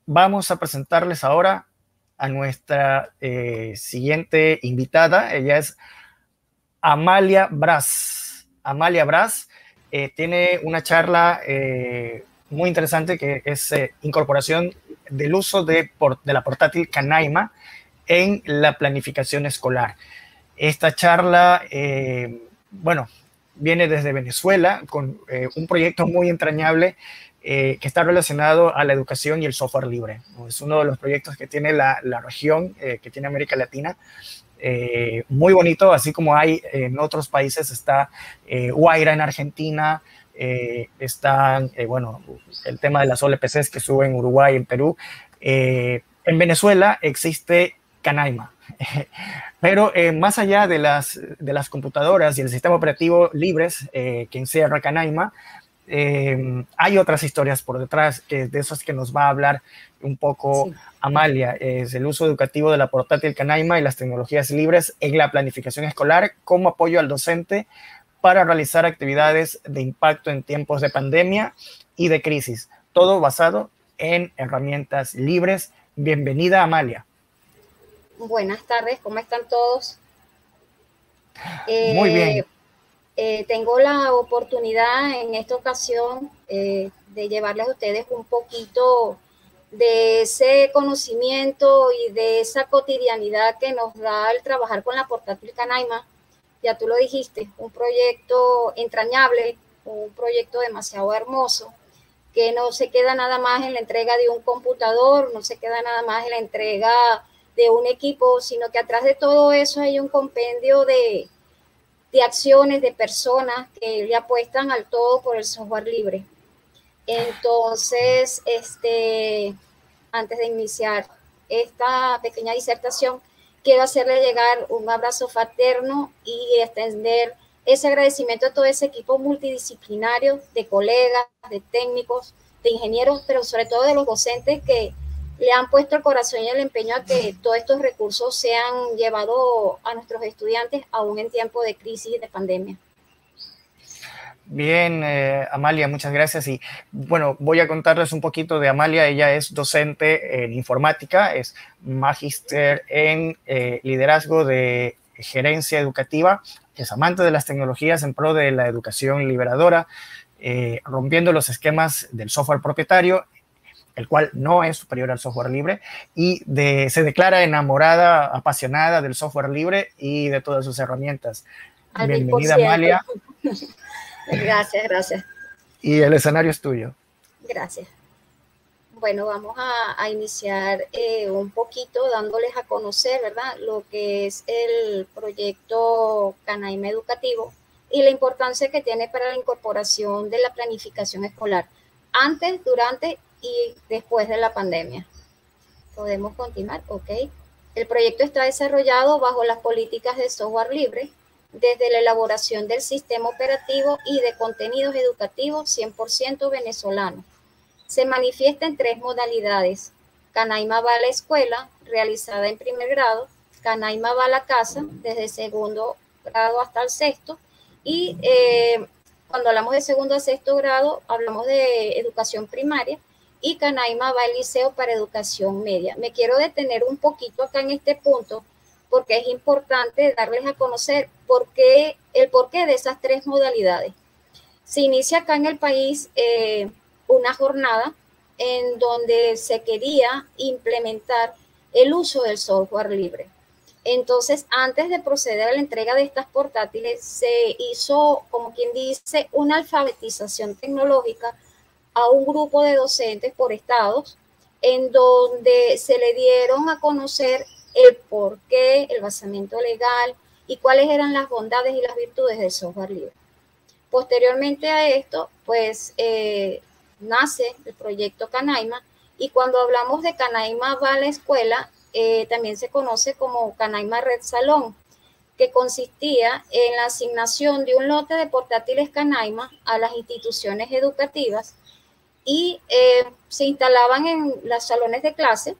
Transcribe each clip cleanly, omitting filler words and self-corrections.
vamos a presentarles ahora a nuestra siguiente invitada. Ella es Amalia Bras. Amalia Bras tiene una charla muy interesante que es incorporación del uso de la portátil Canaima en la planificación escolar. Esta charla, bueno, viene desde Venezuela con un proyecto muy entrañable que está relacionado a la educación y el software libre, ¿no? Es uno de los proyectos que tiene la región, que tiene América Latina, muy bonito, así como hay en otros países. Está Guaira en Argentina, están, bueno, el tema de las OLPCs que suben en Uruguay, en Perú. En Venezuela existe Canaima. Pero más allá de las computadoras y el sistema operativo libres que encierra Canaima, hay otras historias por detrás, que de esas que nos va a hablar un poco Amalia. Es el uso educativo de la portátil Canaima y las tecnologías libres en la planificación escolar como apoyo al docente para realizar actividades de impacto en tiempos de pandemia y de crisis, todo basado en herramientas libres. Bienvenida, Amalia. Buenas tardes, ¿cómo están todos? Muy bien. Tengo la oportunidad en esta ocasión de llevarles a ustedes un poquito de ese conocimiento y de esa cotidianidad que nos da el trabajar con la portátil Canaima. Ya tú lo dijiste, un proyecto entrañable, un proyecto demasiado hermoso, que no se queda nada más en la entrega de un computador, no se queda nada más en la entrega de un equipo, sino que atrás de todo eso hay un compendio de acciones, de personas que le apuestan al todo por el software libre. Entonces, antes de iniciar esta pequeña disertación, quiero hacerle llegar un abrazo fraterno y extender ese agradecimiento a todo ese equipo multidisciplinario de colegas, de técnicos, de ingenieros, pero sobre todo de los docentes que le han puesto el corazón y el empeño a que todos estos recursos sean llevados a nuestros estudiantes aún en tiempo de crisis y de pandemia. Bien, Amalia, muchas gracias. Y bueno, voy a contarles un poquito de Amalia. Ella es docente en informática, es magíster en liderazgo de gerencia educativa, es amante de las tecnologías en pro de la educación liberadora, rompiendo los esquemas del software propietario, el cual no es superior al software libre, y se declara enamorada, apasionada del software libre y de todas sus herramientas. Al Bienvenida, Amalia. Gracias, gracias. Y el escenario es tuyo. Gracias. Bueno, vamos a iniciar un poquito dándoles a conocer, ¿verdad?, lo que es el proyecto Canaima Educativo y la importancia que tiene para la incorporación de la planificación escolar antes, durante y después de la pandemia. Podemos continuar, ok. El proyecto está desarrollado bajo las políticas de software libre, desde la elaboración del sistema operativo y de contenidos educativos 100% venezolanos. Se manifiesta en tres modalidades: Canaima va a la escuela, realizada en primer grado; Canaima va a la casa, desde segundo grado hasta el sexto, y cuando hablamos de segundo a sexto grado, hablamos de educación primaria, y Canaima va al liceo para educación media. Me quiero detener un poquito acá en este punto, porque es importante darles a conocer el porqué de esas tres modalidades. Se inicia acá en el país una jornada en donde se quería implementar el uso del software libre. Entonces, antes de proceder a la entrega de estas portátiles, se hizo, como quien dice, una alfabetización tecnológica a un grupo de docentes por estados, en donde se le dieron a conocer el porqué, el basamento legal y cuáles eran las bondades y las virtudes del software libre. Posteriormente a esto, pues nace el proyecto Canaima, y cuando hablamos de Canaima va a la escuela, también se conoce como Canaima Red Salón, que consistía en la asignación de un lote de portátiles Canaima a las instituciones educativas y se instalaban en los salones de clase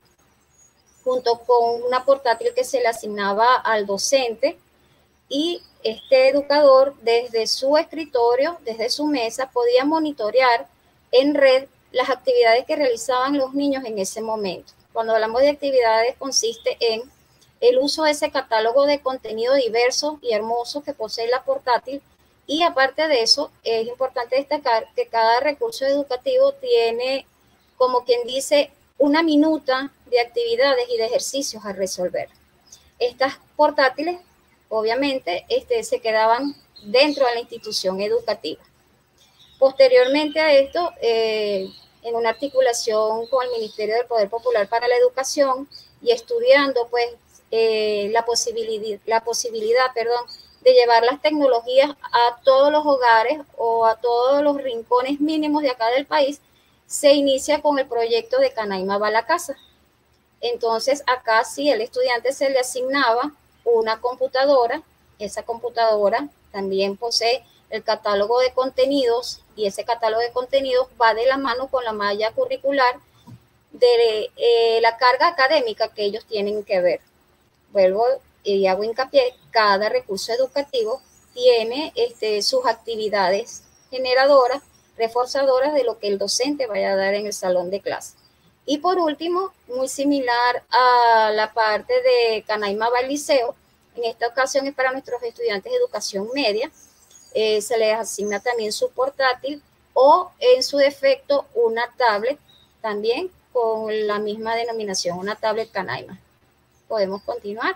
junto con una portátil que se le asignaba al docente, y este educador desde su escritorio, desde su mesa, podía monitorear en red las actividades que realizaban los niños en ese momento. Cuando hablamos de actividades, consiste en el uso de ese catálogo de contenido diverso y hermoso que posee la portátil. Y aparte de eso, es importante destacar que cada recurso educativo tiene, como quien dice, una minuta de actividades y de ejercicios a resolver. Estas portátiles, obviamente, se quedaban dentro de la institución educativa. Posteriormente a esto, en una articulación con el Ministerio del Poder Popular para la Educación y estudiando pues la posibilidad de llevar las tecnologías a todos los hogares o a todos los rincones mínimos de acá del país, se inicia con el proyecto de Canaima va a la casa. Entonces acá sí el estudiante se le asignaba una computadora, esa computadora también posee el catálogo de contenidos y ese catálogo de contenidos va de la mano con la malla curricular de la carga académica que ellos tienen que ver. Vuelvo y hago hincapié, cada recurso educativo tiene sus actividades generadoras, reforzadoras de lo que el docente vaya a dar en el salón de clase. Y por último, muy similar a la parte de Canaima va al liceo, en esta ocasión es para nuestros estudiantes de educación media, se les asigna también su portátil o en su defecto una tablet también con la misma denominación, una tablet Canaima. Podemos continuar.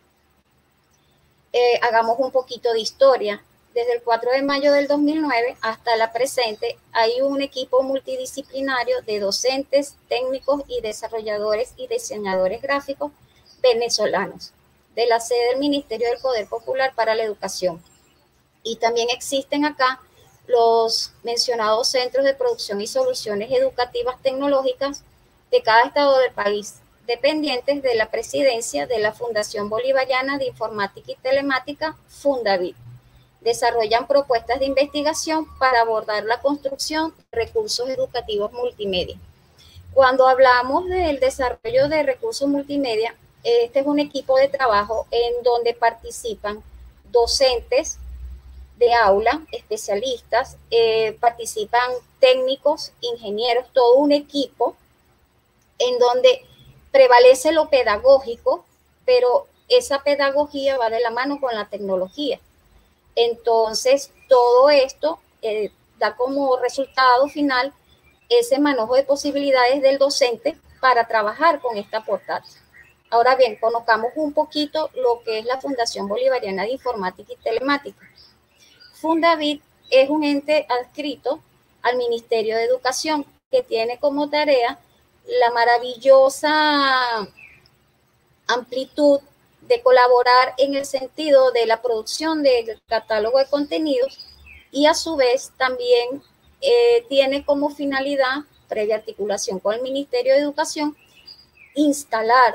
Hagamos un poquito de historia. Desde el 4 de mayo del 2009 hasta la presente hay un equipo multidisciplinario de docentes, técnicos y desarrolladores y diseñadores gráficos venezolanos de la sede del Ministerio del Poder Popular para la Educación. Y también existen acá los mencionados centros de producción y soluciones educativas tecnológicas de cada estado del país, dependientes de la presidencia de la Fundación Bolivariana de Informática y Telemática, Fundavit. Desarrollan propuestas de investigación para abordar la construcción de recursos educativos multimedia. Cuando hablamos del desarrollo de recursos multimedia, este es un equipo de trabajo en donde participan docentes de aula, especialistas, participan técnicos, ingenieros, todo un equipo en donde prevalece lo pedagógico, pero esa pedagogía va de la mano con la tecnología. Entonces, todo esto da como resultado final ese manejo de posibilidades del docente para trabajar con esta portátil. Ahora bien, conozcamos un poquito lo que es la Fundación Bolivariana de Informática y Telemática. Fundavit es un ente adscrito al Ministerio de Educación que tiene como tarea la maravillosa amplitud de colaborar en el sentido de la producción del catálogo de contenidos y a su vez también tiene como finalidad, previa articulación con el Ministerio de Educación, instalar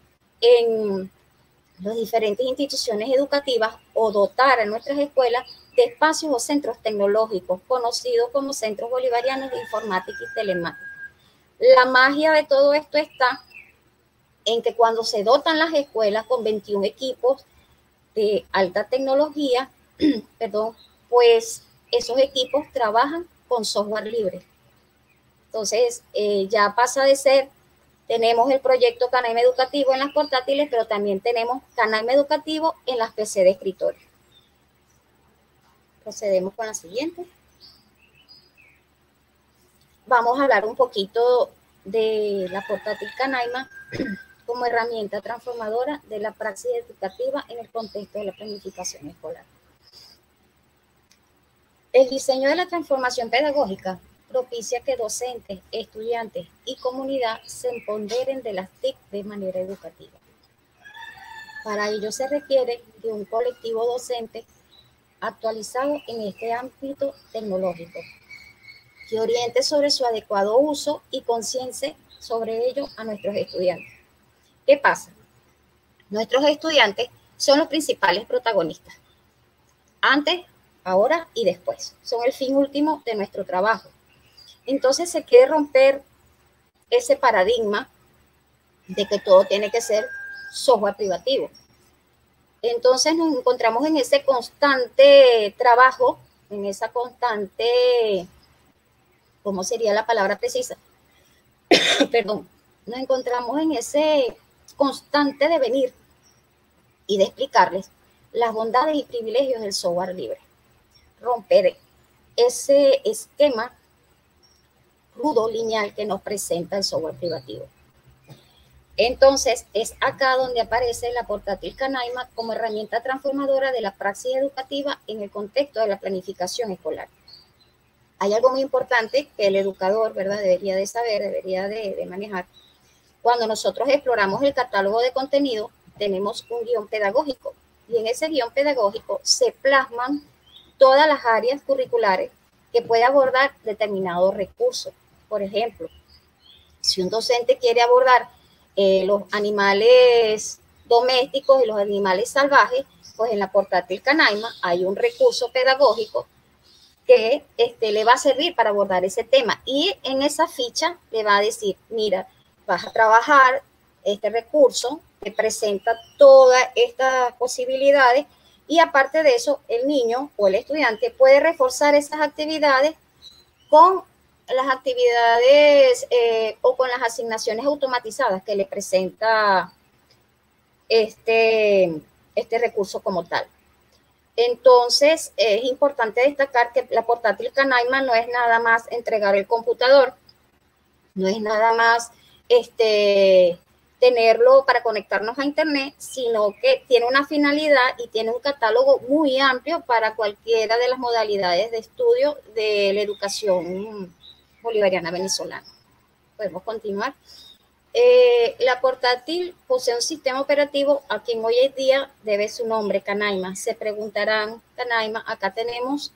en las diferentes instituciones educativas o dotar a nuestras escuelas de espacios o centros tecnológicos conocidos como Centros Bolivarianos de Informática y Telemática. La magia de todo esto está en que cuando se dotan las escuelas con 21 equipos de alta tecnología, pues esos equipos trabajan con software libre. Entonces, ya pasa de ser, tenemos el proyecto Canaima Educativo en las portátiles, pero también tenemos Canaima Educativo en las PC de escritorio. Procedemos con la siguiente. Vamos a hablar un poquito de la portátil Canaima como herramienta transformadora de la praxis educativa en el contexto de la planificación escolar. El diseño de la transformación pedagógica propicia que docentes, estudiantes y comunidad se empoderen de las TIC de manera educativa. Para ello se requiere de un colectivo docente actualizado en este ámbito tecnológico, que oriente sobre su adecuado uso y conciencie sobre ello a nuestros estudiantes. ¿Qué pasa? Nuestros estudiantes son los principales protagonistas. Antes, ahora y después. Son el fin último de nuestro trabajo. Entonces se quiere romper ese paradigma de que todo tiene que ser software privativo. Entonces nos encontramos en ese constante trabajo, en esa constante ¿cómo sería la palabra precisa? Perdón, nos encontramos en ese constante devenir y de explicarles las bondades y privilegios del software libre. Romper ese esquema rudo, lineal que nos presenta el software privativo. Entonces, es acá donde aparece la portátil Canaima como herramienta transformadora de la praxis educativa en el contexto de la planificación escolar. Hay algo muy importante que el educador, ¿verdad?, debería de saber, debería de manejar. Cuando nosotros exploramos el catálogo de contenido, tenemos un guión pedagógico y en ese guión pedagógico se plasman todas las áreas curriculares que puede abordar determinado recurso. Por ejemplo, si un docente quiere abordar los animales domésticos y los animales salvajes, pues en la portátil Canaima hay un recurso pedagógico que le va a servir para abordar ese tema. Y en esa ficha le va a decir, mira, vas a trabajar este recurso que presenta todas estas posibilidades y aparte de eso, el niño o el estudiante puede reforzar esas actividades con las actividades o con las asignaciones automatizadas que le presenta este recurso como tal. Entonces, es importante destacar que la portátil Canaima no es nada más entregar el computador, no es nada más tenerlo para conectarnos a internet, sino que tiene una finalidad y tiene un catálogo muy amplio para cualquiera de las modalidades de estudio de la educación bolivariana venezolana. Podemos continuar. La portátil posee un sistema operativo a quien hoy en día debe su nombre, Canaima. Se preguntarán, Canaima, acá tenemos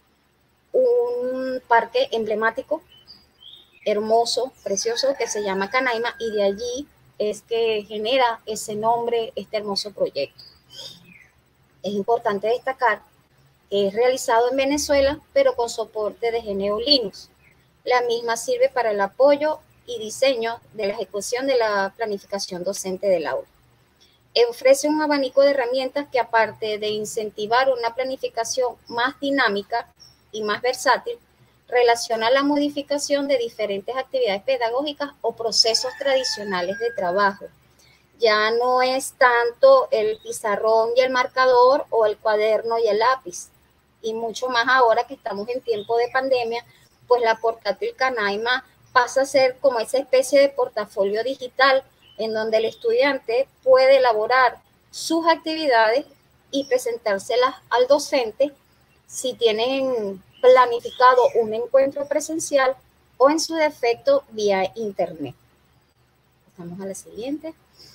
un parque emblemático, hermoso, precioso, que se llama Canaima, y de allí es que genera ese nombre, este hermoso proyecto. Es importante destacar que es realizado en Venezuela, pero con soporte de GNU Linux. La misma sirve para el apoyo y diseño de la ejecución de la planificación docente del aula. Ofrece un abanico de herramientas que, aparte de incentivar una planificación más dinámica y más versátil, relaciona la modificación de diferentes actividades pedagógicas o procesos tradicionales de trabajo. Ya no es tanto el pizarrón y el marcador o el cuaderno y el lápiz, y mucho más ahora que estamos en tiempo de pandemia, pues la portátil Canaima pasa a ser como esa especie de portafolio digital en donde el estudiante puede elaborar sus actividades y presentárselas al docente si tienen planificado un encuentro presencial o en su defecto vía internet. Pasamos a la siguiente.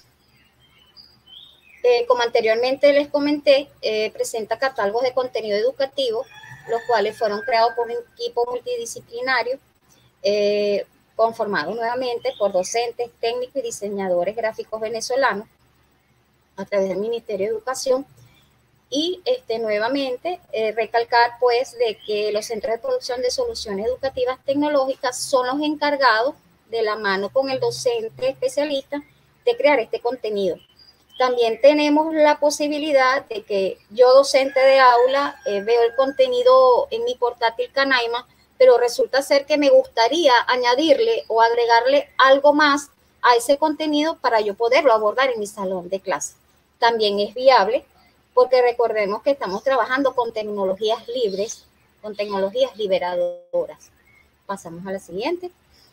Como anteriormente les comenté, presenta catálogos de contenido educativo, los cuales fueron creados por un equipo multidisciplinario conformado nuevamente por docentes, técnicos y diseñadores gráficos venezolanos a través del Ministerio de Educación. Y nuevamente recalcar pues de que los centros de producción de soluciones educativas tecnológicas son los encargados de la mano con el docente especialista de crear este contenido. También tenemos la posibilidad de que yo, docente de aula, veo el contenido en mi portátil Canaima, pero resulta ser que me gustaría añadirle o agregarle algo más a ese contenido para yo poderlo abordar en mi salón de clase. También es viable porque recordemos que estamos trabajando con tecnologías libres, con tecnologías liberadoras. Pasamos a la siguiente.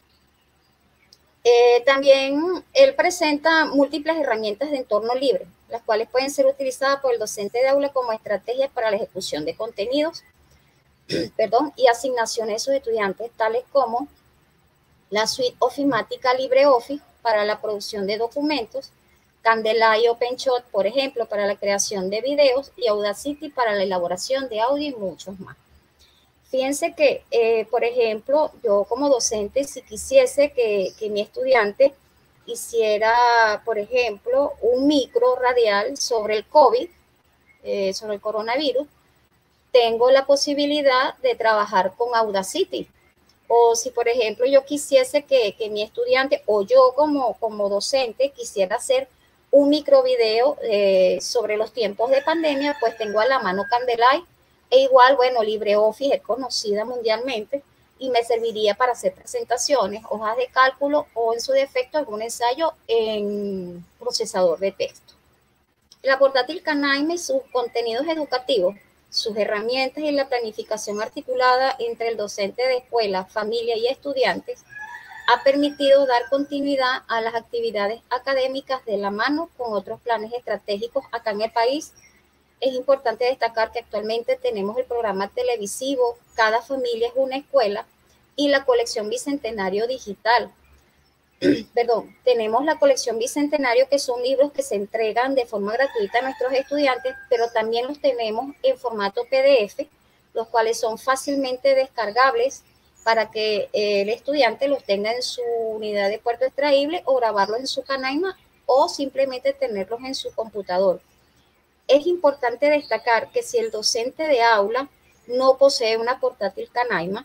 También él presenta múltiples herramientas de entorno libre, las cuales pueden ser utilizadas por el docente de aula como estrategias para la ejecución de contenidos, y asignaciones de sus estudiantes, tales como la suite ofimática LibreOffice para la producción de documentos, Candela y OpenShot, por ejemplo, para la creación de videos, y Audacity para la elaboración de audio y muchos más. Fíjense que, por ejemplo, yo como docente, si quisiese que mi estudiante hiciera, por ejemplo, un micro radial sobre el COVID, sobre el coronavirus, tengo la posibilidad de trabajar con Audacity. O si, por ejemplo, yo quisiese que mi estudiante o yo como docente quisiera hacer un micro video sobre los tiempos de pandemia, pues tengo a la mano Candela. E igual, bueno, LibreOffice es conocida mundialmente y me serviría para hacer presentaciones, hojas de cálculo o en su defecto algún ensayo en procesador de texto. La portátil Canaima y sus contenidos educativos, sus herramientas y la planificación articulada entre el docente de escuela, familia y estudiantes ha permitido dar continuidad a las actividades académicas de la mano con otros planes estratégicos acá en el país. Es importante destacar que actualmente tenemos el programa televisivo Cada Familia es una Escuela y la colección Bicentenario Digital. Perdón, tenemos la colección Bicentenario, que son libros que se entregan de forma gratuita a nuestros estudiantes, pero también los tenemos en formato PDF, los cuales son fácilmente descargables para que el estudiante los tenga en su unidad de puerto extraíble o grabarlos en su Canaima o simplemente tenerlos en su computador. Es importante destacar que si el docente de aula no posee una portátil Canaima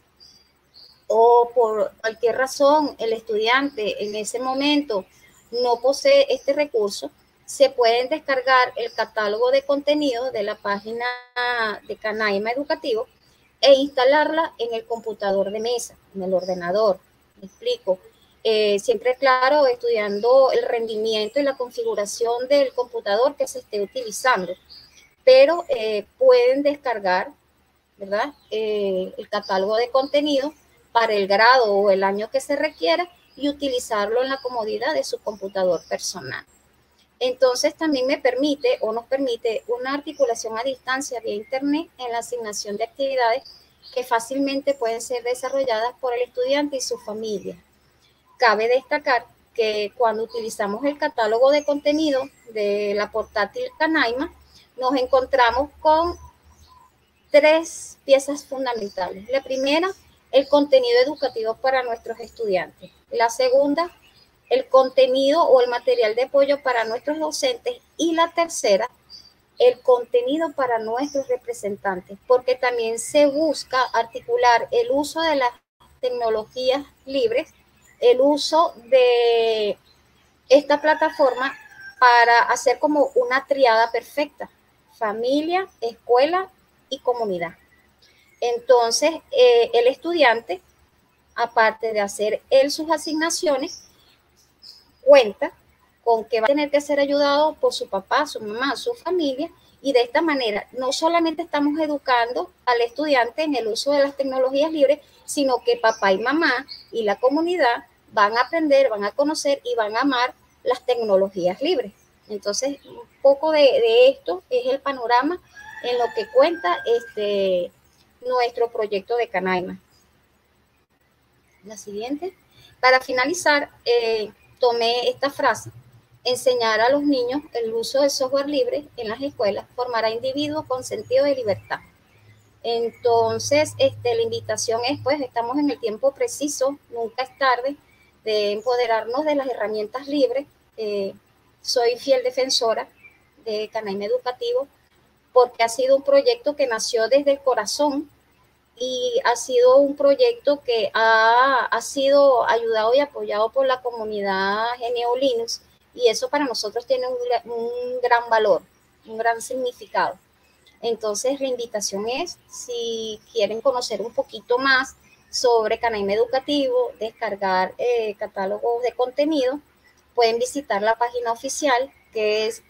o por cualquier razón el estudiante en ese momento no posee este recurso, se pueden descargar el catálogo de contenido de la página de Canaima Educativo e instalarla en el computador de mesa, en el ordenador. Me explico. Siempre, claro, estudiando el rendimiento y la configuración del computador que se esté utilizando, pero pueden descargar, ¿verdad? El catálogo de contenido para el grado o el año que se requiera y utilizarlo en la comodidad de su computador personal. Entonces también me permite o nos permite una articulación a distancia vía internet en la asignación de actividades que fácilmente pueden ser desarrolladas por el estudiante y su familia. Cabe destacar que cuando utilizamos el catálogo de contenido de la portátil Canaima, nos encontramos con 3 piezas fundamentales. La primera, el contenido educativo para nuestros estudiantes. La segunda, el contenido o el material de apoyo para nuestros docentes. Y la tercera, el contenido para nuestros representantes, porque también se busca articular el uso de las tecnologías libres, el uso de esta plataforma para hacer como una triada perfecta: familia, escuela y comunidad. Entonces, el estudiante, aparte de hacer él sus asignaciones, cuenta con que va a tener que ser ayudado por su papá, su mamá, su familia, y de esta manera no solamente estamos educando al estudiante en el uso de las tecnologías libres, sino que papá y mamá y la comunidad van a aprender, van a conocer y van a amar las tecnologías libres. Entonces, un poco de esto es el panorama en lo que cuenta nuestro proyecto de Canaima. La siguiente. Para finalizar, tomé esta frase: enseñar a los niños el uso del software libre en las escuelas formará individuos con sentido de libertad. Entonces, la invitación es, pues, estamos en el tiempo preciso, nunca es tarde, de empoderarnos de las herramientas libres. Soy fiel defensora de Canaima Educativo porque ha sido un proyecto que nació desde el corazón y ha sido un proyecto que ha sido ayudado y apoyado por la comunidad GNU Linux, y eso para nosotros tiene un gran valor, un gran significado. Entonces, la invitación es, si quieren conocer un poquito más sobre Canaima Educativo, descargar catálogos de contenido, pueden visitar la página oficial, que es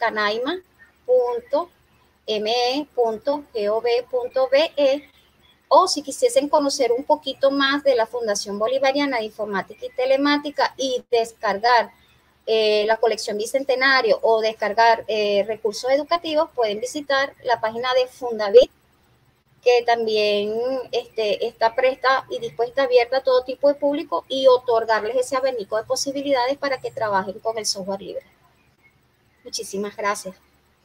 canaima.me.gov.be, o si quisiesen conocer un poquito más de la Fundación Bolivariana de Informática y Telemática y descargar la colección Bicentenario o descargar recursos educativos, pueden visitar la página de Fundavit, que también está presta y dispuesta, abierta a todo tipo de público, y otorgarles ese abanico de posibilidades para que trabajen con el software libre. Muchísimas gracias.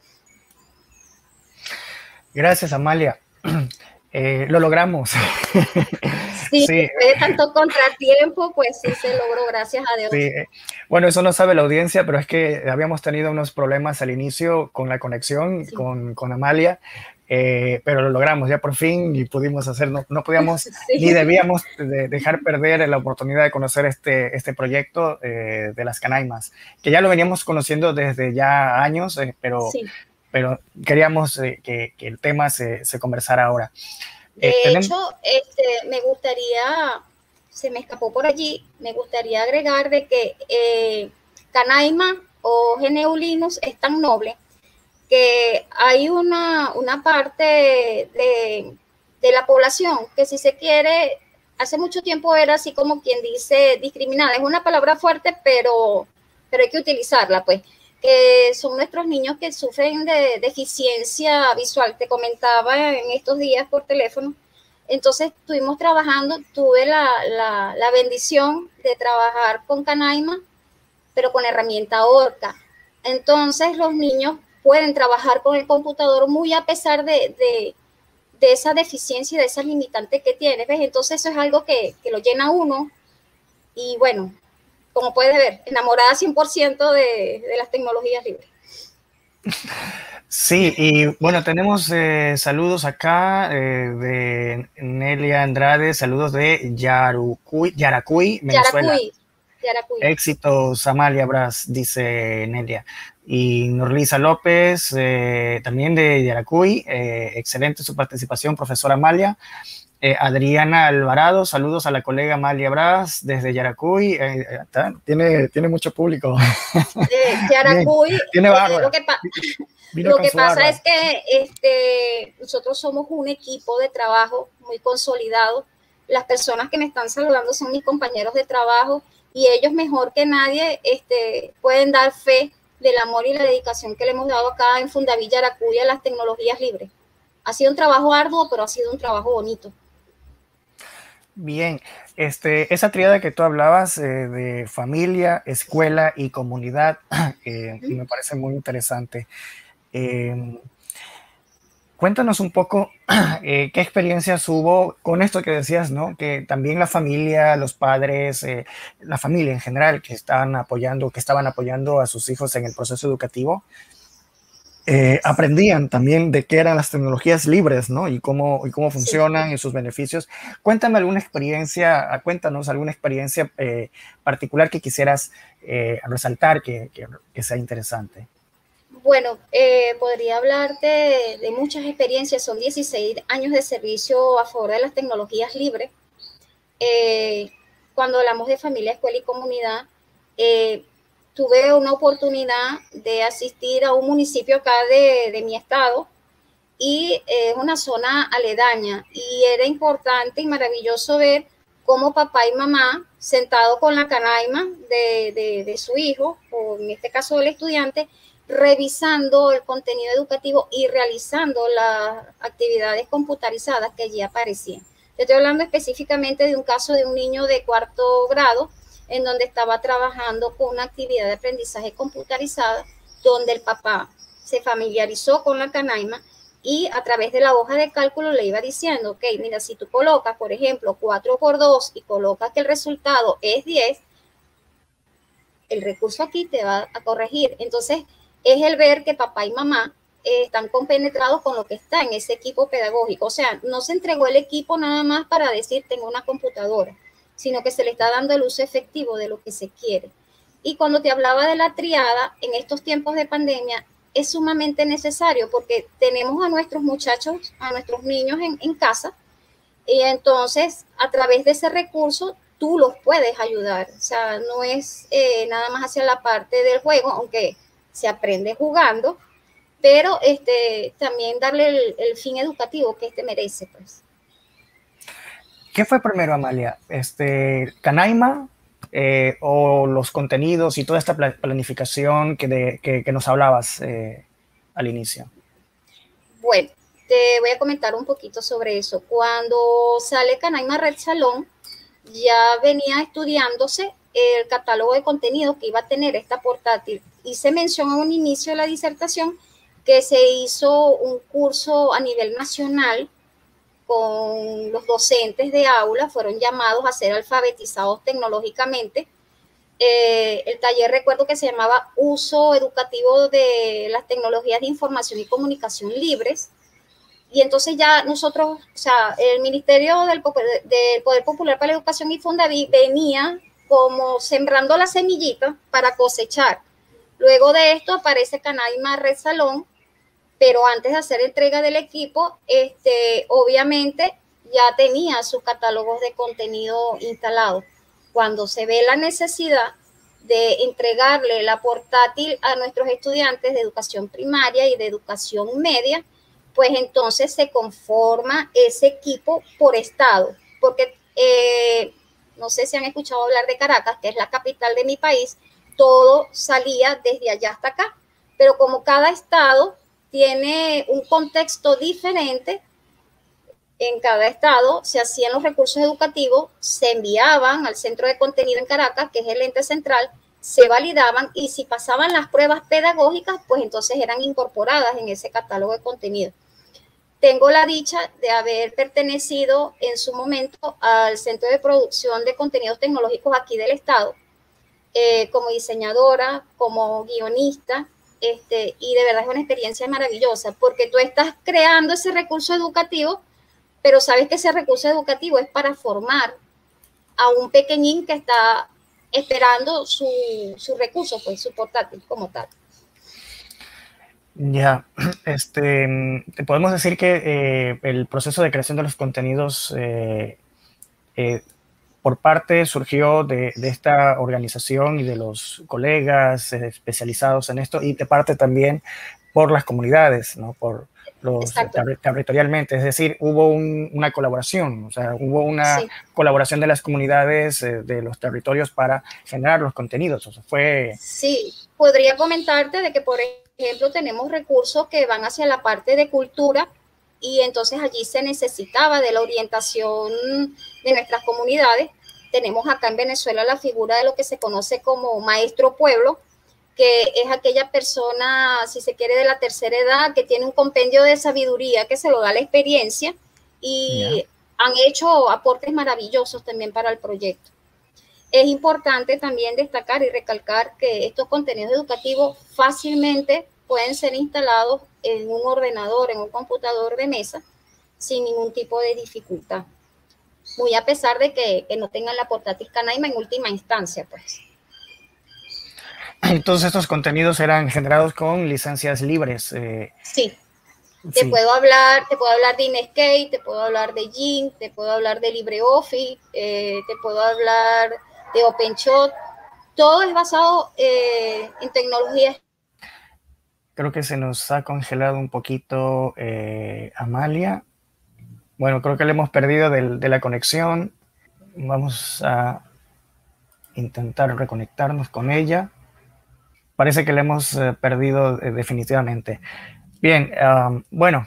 Gracias, Amalia. Lo logramos. Sí, sí. Después de tanto contratiempo, pues sí se logró, gracias a Dios. Sí. Bueno, eso no sabe la audiencia, pero es que habíamos tenido unos problemas al inicio con la conexión, sí, con Amalia, pero lo logramos ya por fin y pudimos hacer, no podíamos sí, ni debíamos dejar perder la oportunidad de conocer este proyecto de las Canaimas, que ya lo veníamos conociendo desde ya años, pero, sí, pero queríamos que el tema se conversara ahora. De Tenemos, hecho, me gustaría, se me escapó por allí, me gustaría agregar de que Canaima o GNU Linux es tan noble que hay una parte de la población que, si se quiere, hace mucho tiempo era así como quien dice discriminada. Es una palabra fuerte, pero hay que utilizarla, pues, que son nuestros niños que sufren de deficiencia visual. Te comentaba en estos días por teléfono. Entonces estuvimos trabajando, tuve la bendición de trabajar con Canaima, pero con herramienta Orca. Entonces los niños pueden trabajar con el computador muy a pesar de esa deficiencia y de esas limitantes que tiene. ¿Ves? Entonces eso es algo que lo llena uno y bueno, como puedes ver, enamorada 100% de las tecnologías libres. sí, y bueno, tenemos saludos acá de Nelia Andrade, saludos de Yaracuy, Venezuela. Yaracuy, Yaracuy. Éxitos, Amalia Bras, dice Nelia. Y Norlisa López, también de Yaracuy, excelente su participación, profesora Amalia. Adriana Alvarado, saludos a la colega Amalia Bras desde Yaracuy. Tiene mucho público. Yaracuy, Tiene barba. Lo que pasa es que nosotros somos un equipo de trabajo muy consolidado. Las personas que me están saludando son mis compañeros de trabajo y ellos mejor que nadie pueden dar fe del amor y la dedicación que le hemos dado acá en Fundavilla Yaracuy a las tecnologías libres. Ha sido un trabajo arduo, pero ha sido un trabajo bonito. Bien, esa tríada que tú hablabas de familia, escuela y comunidad, me parece muy interesante. Cuéntanos un poco qué experiencias hubo con esto que decías, ¿no? Que también la familia, los padres, la familia en general que estaban apoyando a sus hijos en el proceso educativo, aprendían también de qué eran las tecnologías libres, ¿no? Y cómo funcionan sí. Y sus beneficios. Cuéntanos alguna experiencia particular que quisieras resaltar que sea interesante. Bueno, podría hablarte de muchas experiencias. Son 16 años de servicio a favor de las tecnologías libres. Cuando hablamos de familia, escuela y comunidad, tuve una oportunidad de asistir a un municipio acá de mi estado y es una zona aledaña y era importante y maravilloso ver cómo papá y mamá, sentados con la canaima de su hijo, o en este caso del estudiante, revisando el contenido educativo y realizando las actividades computarizadas que allí aparecían. Yo estoy hablando específicamente de un caso de un niño de 4º grado en donde estaba trabajando con una actividad de aprendizaje computarizada donde el papá se familiarizó con la canaima y a través de la hoja de cálculo le iba diciendo, ok, mira, si tú colocas, por ejemplo, 4 por 2 y colocas que el resultado es 10, el recurso aquí te va a corregir. Entonces, es el ver que papá y mamá están compenetrados con lo que está en ese equipo pedagógico. O sea, no se entregó el equipo nada más para decir tengo una computadora, sino que se le está dando el uso efectivo de lo que se quiere. Y cuando te hablaba de la triada, en estos tiempos de pandemia, es sumamente necesario porque tenemos a nuestros muchachos, a nuestros niños en casa, y entonces a través de ese recurso tú los puedes ayudar. O sea, no es nada más hacia la parte del juego, aunque se aprende jugando, pero también darle el fin educativo que merece, pues. ¿Qué fue primero, Amalia? ¿Canaima o los contenidos y toda esta planificación que nos hablabas al inicio? Bueno, te voy a comentar un poquito sobre eso. Cuando sale Canaima Red Salón, ya venía estudiándose el catálogo de contenidos que iba a tener esta portátil. Hice mención a un inicio de la disertación que se hizo un curso a nivel nacional con los docentes de aula, fueron llamados a ser alfabetizados tecnológicamente. El taller, recuerdo que se llamaba Uso Educativo de las Tecnologías de Información y Comunicación Libres. Y entonces ya nosotros, o sea, el Ministerio del Poder Popular para la Educación y Fundavi venía como sembrando la semillita para cosechar. Luego de esto aparece Canaima Red Salón, pero antes de hacer entrega del equipo, obviamente ya tenía sus catálogos de contenido instalados. Cuando se ve la necesidad de entregarle la portátil a nuestros estudiantes de educación primaria y de educación media, pues entonces se conforma ese equipo por estado, porque no sé si han escuchado hablar de Caracas, que es la capital de mi país, todo salía desde allá hasta acá, pero como cada estado tiene un contexto diferente, en cada estado se hacían los recursos educativos, se enviaban al centro de contenido en Caracas, que es el ente central, se validaban y si pasaban las pruebas pedagógicas, pues entonces eran incorporadas en ese catálogo de contenido. Tengo la dicha de haber pertenecido en su momento al Centro de Producción de Contenidos Tecnológicos aquí del estado, como diseñadora, como guionista, y de verdad es una experiencia maravillosa, porque tú estás creando ese recurso educativo, pero sabes que ese recurso educativo es para formar a un pequeñín que está esperando su recurso, pues su portátil como tal. Ya, te podemos decir que el proceso de creación de los contenidos por parte surgió de esta organización y de los colegas especializados en esto, y de parte también por las comunidades, ¿no? Por los territorialmente, es decir, hubo una colaboración, o sea, hubo una colaboración de las comunidades de los territorios para generar los contenidos. O sea, fue... Sí, podría comentarte de que, por ejemplo, tenemos recursos que van hacia la parte de cultura y entonces allí se necesitaba de la orientación de nuestras comunidades. Tenemos acá en Venezuela la figura de lo que se conoce como maestro pueblo, que es aquella persona, si se quiere, de la tercera edad, que tiene un compendio de sabiduría que se lo da la experiencia y han hecho aportes maravillosos también para el proyecto. Es importante también destacar y recalcar que estos contenidos educativos fácilmente pueden ser instalados en un ordenador, en un computador de mesa, sin ningún tipo de dificultad. Muy a pesar de que no tengan la portátil Canaima en última instancia, pues. Todos estos contenidos eran generados con licencias libres. Sí. Te puedo hablar de Inkscape, te puedo hablar de Gin, te puedo hablar de LibreOffice, te puedo hablar de OpenShot. Todo es basado en tecnologías. Creo que se nos ha congelado un poquito Amalia. Bueno, creo que le hemos perdido de la conexión. Vamos a intentar reconectarnos con ella. Parece que le hemos perdido definitivamente. Bien, bueno,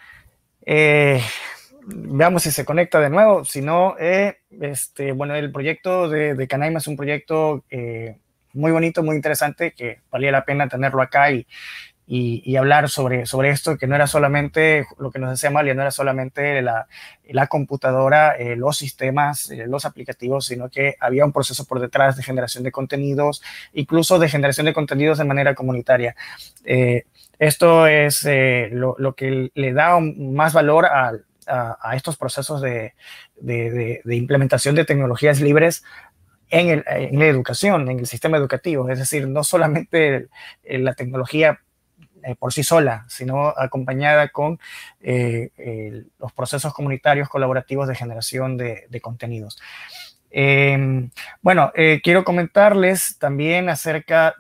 veamos si se conecta de nuevo. Si no, bueno, el proyecto de Canaima es un proyecto muy bonito, muy interesante, que valía la pena tenerlo acá y hablar sobre esto, que no era solamente lo que nos decía Amalia, no era solamente la computadora, los sistemas, los aplicativos, sino que había un proceso por detrás de generación de contenidos, incluso de generación de contenidos de manera comunitaria. Esto es lo que le da más valor a estos procesos de implementación de tecnologías libres en la educación, en el sistema educativo. Es decir, no solamente la tecnología por sí sola, sino acompañada con los procesos comunitarios colaborativos de generación de contenidos. Bueno, quiero comentarles también acerca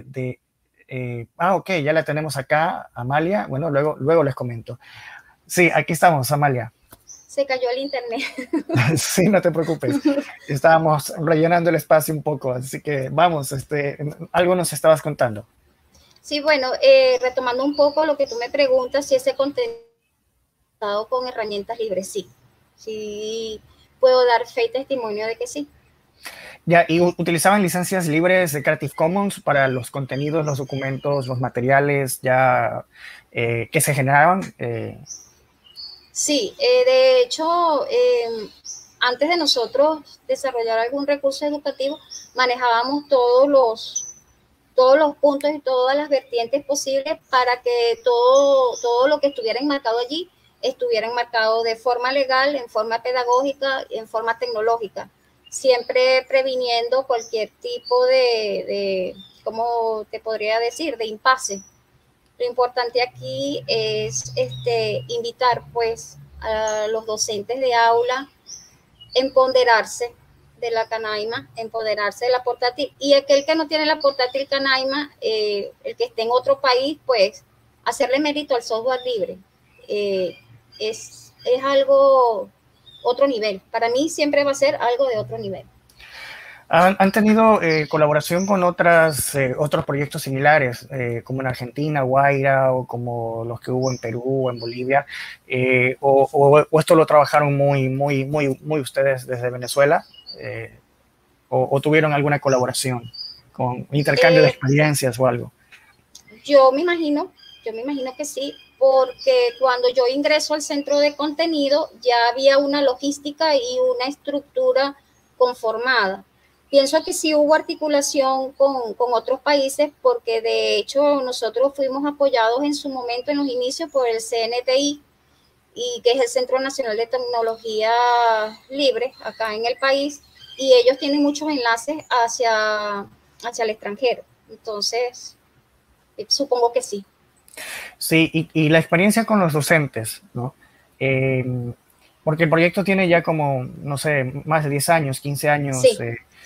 ok, ya la tenemos acá, Amalia. Bueno, luego les comento. Sí, aquí estamos, Amalia. Se cayó el internet. Sí, no te preocupes. Estábamos rellenando el espacio un poco, así que vamos, algo nos estabas contando. Sí, bueno, retomando un poco lo que tú me preguntas, si ese contenido con herramientas libres, sí. Sí, puedo dar fe y testimonio de que sí. Ya, ¿y utilizaban licencias libres de Creative Commons para los contenidos, los documentos, los materiales ya que se generaban? Sí, de hecho, antes de nosotros desarrollar algún recurso educativo, manejábamos todos los puntos y todas las vertientes posibles para que todo lo que estuviera enmarcado allí estuviera enmarcado de forma legal, en forma pedagógica y en forma tecnológica, siempre previniendo cualquier tipo de ¿cómo te podría decir?, de impasse. Lo importante aquí es invitar, pues, a los docentes de aula empoderarse de la Canaima, empoderarse de la portátil, y aquel que no tiene la portátil Canaima, el que esté en otro país, pues hacerle mérito al software libre. Es algo otro nivel. Para mí siempre va a ser algo de otro nivel. ¿Han tenido colaboración con otros proyectos similares, como en Argentina, Guaira, o como los que hubo en Perú o en Bolivia? ¿O esto lo trabajaron muy ustedes desde Venezuela? ¿O tuvieron alguna colaboración con intercambio de experiencias o algo? Yo me imagino que sí, porque cuando yo ingreso al centro de contenido ya había una logística y una estructura conformada. Pienso que sí hubo articulación con otros países, porque de hecho nosotros fuimos apoyados en su momento, en los inicios, por el CNTI, y que es el Centro Nacional de Tecnología Libre acá en el país, y ellos tienen muchos enlaces hacia el extranjero. Entonces, supongo que sí. Sí, y la experiencia con los docentes, ¿no? Porque el proyecto tiene ya como, no sé, más de 10 años, 15 años. Sí.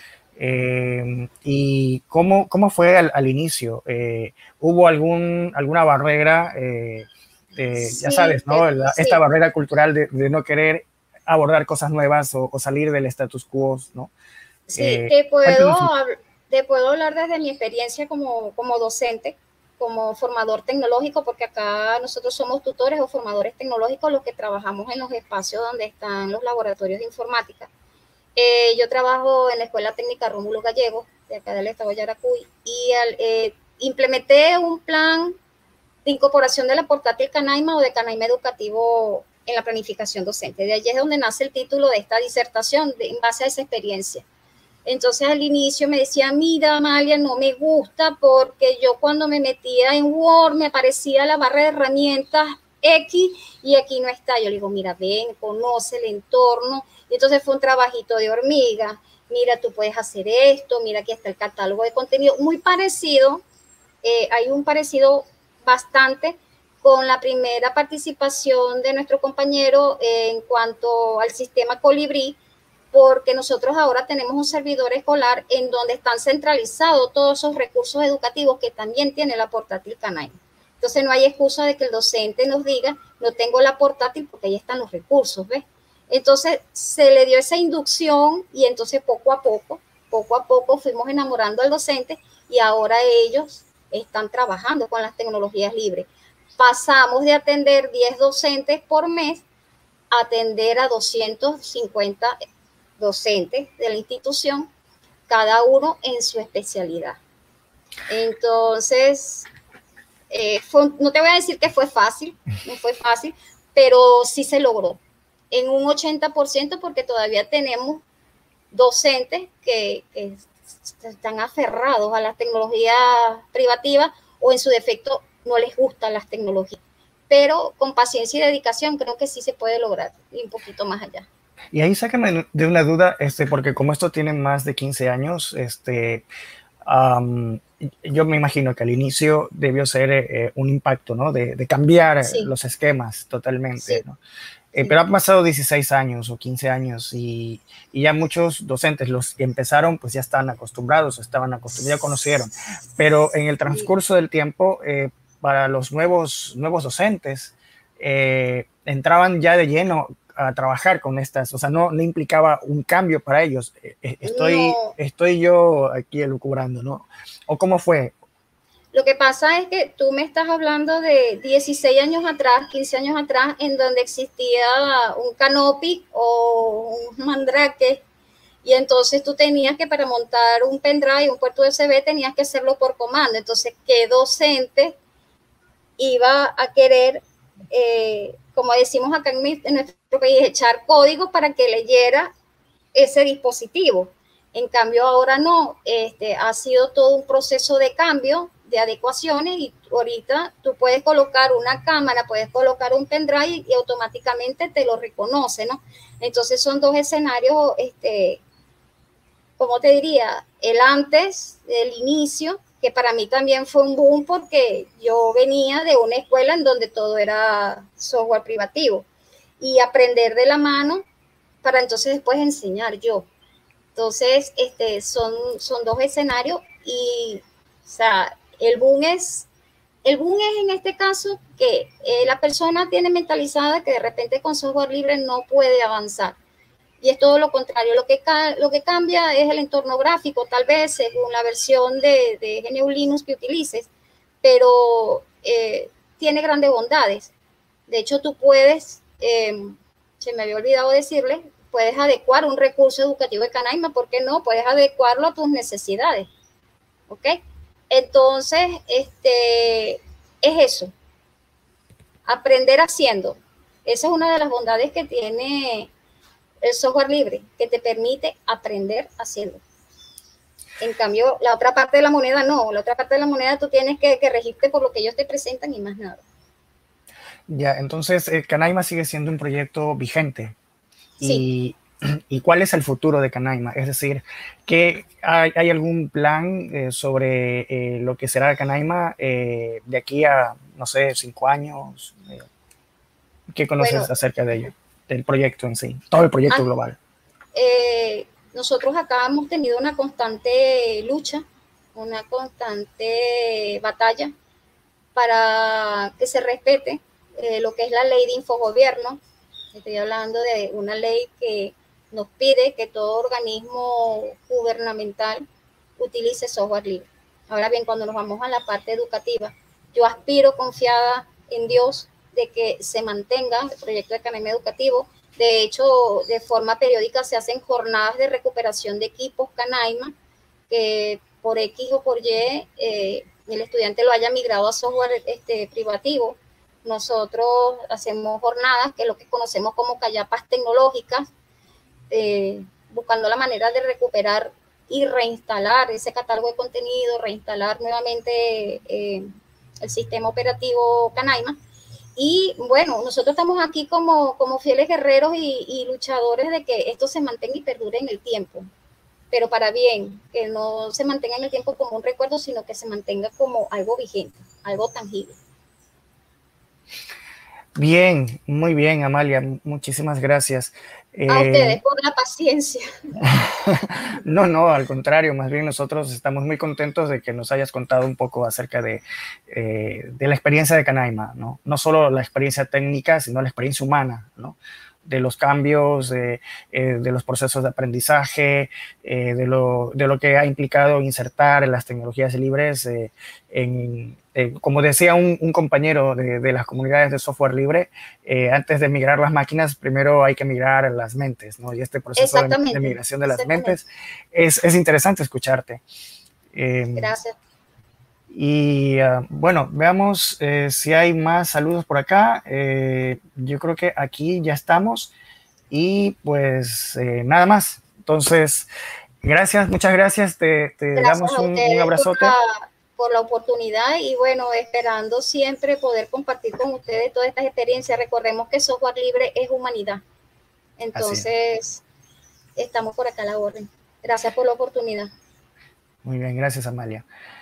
¿Y cómo fue al inicio? ¿Hubo alguna barrera? Sí, ya sabes, ¿no? Esta barrera cultural de no querer abordar cosas nuevas o salir del status quo, ¿no? Sí, te puedo hablar desde mi experiencia como docente, como formador tecnológico, porque acá nosotros somos tutores o formadores tecnológicos los que trabajamos en los espacios donde están los laboratorios de informática. Yo trabajo en la Escuela Técnica Rómulo Gallegos, de acá del estado de Yaracuy, y implementé un plan de incorporación de la portátil Canaima o de Canaima educativo en la planificación docente. De allí es donde nace el título de esta disertación, en base a esa experiencia. Entonces al inicio me decía, mira, Amalia, no me gusta porque yo cuando me metía en Word me aparecía la barra de herramientas X y aquí no está. Yo le digo, mira, ven, conoce el entorno. Y entonces fue un trabajito de hormiga. Mira, tú puedes hacer esto, mira, aquí está el catálogo de contenido. Muy parecido, hay un parecido bastante con la primera participación de nuestro compañero en cuanto al sistema Colibrí, porque nosotros ahora tenemos un servidor escolar en donde están centralizados todos esos recursos educativos que también tiene la portátil Canaima. Entonces no hay excusa de que el docente nos diga, no tengo la portátil porque ahí están los recursos, ¿ves? Entonces se le dio esa inducción y entonces poco a poco fuimos enamorando al docente y ahora ellos están trabajando con las tecnologías libres. Pasamos de atender 10 docentes por mes a atender a 250 docentes de la institución, cada uno en su especialidad. Entonces, no te voy a decir que fue fácil, no fue fácil, pero sí se logró en un 80%, porque todavía tenemos docentes que están aferrados a las tecnologías privativas o en su defecto no les gustan las tecnologías. Pero con paciencia y dedicación creo que sí se puede lograr y un poquito más allá. Y ahí sácame de una duda, porque como esto tiene más de 15 años, yo me imagino que al inicio debió ser un impacto, ¿no? De cambiar los esquemas totalmente, sí. ¿no? Pero han pasado 16 años o 15 años y ya muchos docentes, los que empezaron, pues ya estaban acostumbrados, ya conocieron. Pero en el transcurso del tiempo, para los nuevos docentes, entraban ya de lleno a trabajar con estas, o sea, no implicaba un cambio para ellos. Estoy yo aquí elucubrando, ¿no? ¿O cómo fue? Lo que pasa es que tú me estás hablando de 16 años atrás, 15 años atrás, en donde existía un Canopy o un Mandrake, y entonces tú tenías que, para montar un pendrive, un puerto USB, tenías que hacerlo por comando. Entonces, ¿qué docente iba a querer, como decimos acá en nuestro país, echar código para que leyera ese dispositivo? En cambio, ahora no, ha sido todo un proceso de cambio, de adecuaciones, y ahorita tú puedes colocar una cámara, puedes colocar un pendrive y automáticamente te lo reconoce, ¿no? Entonces son dos escenarios, ¿cómo te diría? El antes, el inicio, que para mí también fue un boom porque yo venía de una escuela en donde todo era software privativo. y aprender de la mano para entonces después enseñar yo. Entonces, son dos escenarios y, o sea, el boom es en este caso que la persona tiene mentalizada que de repente con software libre no puede avanzar. Y es todo lo contrario. Lo que cambia es el entorno gráfico, tal vez según la versión de GNU Linux que utilices, pero tiene grandes bondades. De hecho, tú puedes, se me había olvidado decirle, puedes adecuar un recurso educativo de Canaima, ¿por qué no? Puedes adecuarlo a tus necesidades, ¿ok? Entonces, es eso, aprender haciendo. Esa es una de las bondades que tiene el software libre, que te permite aprender haciendo. En cambio, la otra parte de la moneda no, la otra parte de la moneda tú tienes que regirte por lo que ellos te presentan y más nada. Ya, entonces Canaima sigue siendo un proyecto vigente. Sí. ¿Y cuál es el futuro de Canaima? Es decir, ¿que hay algún plan sobre lo que será Canaima de aquí a, no sé, 5 años? ¿Qué conoces Bueno, acerca de ello, del proyecto en sí, todo el proyecto global? Nosotros acá hemos tenido una constante lucha, una constante batalla para que se respete lo que es la ley de infogobierno. Estoy hablando de una ley que nos pide que todo organismo gubernamental utilice software libre. Ahora bien, cuando nos vamos a la parte educativa, yo aspiro confiada en Dios de que se mantenga el proyecto de Canaima Educativo. De hecho, de forma periódica se hacen jornadas de recuperación de equipos Canaima, que por X o por Y el estudiante lo haya migrado a software privativo. Nosotros hacemos jornadas, que es lo que conocemos como callapas tecnológicas, buscando la manera de recuperar y reinstalar ese catálogo de contenido, reinstalar nuevamente el sistema operativo Canaima. Y bueno, nosotros estamos aquí como fieles guerreros y luchadores de que esto se mantenga y perdure en el tiempo, pero para bien, que no se mantenga en el tiempo como un recuerdo, sino que se mantenga como algo vigente, algo tangible. Bien, muy bien, Amalia, muchísimas gracias. A ustedes por la paciencia. No, no, al contrario, más bien nosotros estamos muy contentos de que nos hayas contado un poco acerca de la experiencia de Canaima, ¿no? No solo la experiencia técnica, sino la experiencia humana, ¿no? De los cambios, de los procesos de aprendizaje, de lo que ha implicado insertar las tecnologías libres como decía un compañero de las comunidades de software libre, antes de migrar las máquinas, primero hay que migrar las mentes, ¿no? Y este proceso de migración de las mentes es interesante escucharte. Gracias. Y bueno, veamos si hay más saludos por acá. Yo creo que aquí ya estamos. Y pues nada más. Entonces, gracias, muchas gracias. Te damos un abrazote. Por la oportunidad y bueno, esperando siempre poder compartir con ustedes todas estas experiencias. Recordemos que software libre es humanidad. Entonces, estamos por acá a la orden. Gracias por la oportunidad. Muy bien, gracias, Amalia.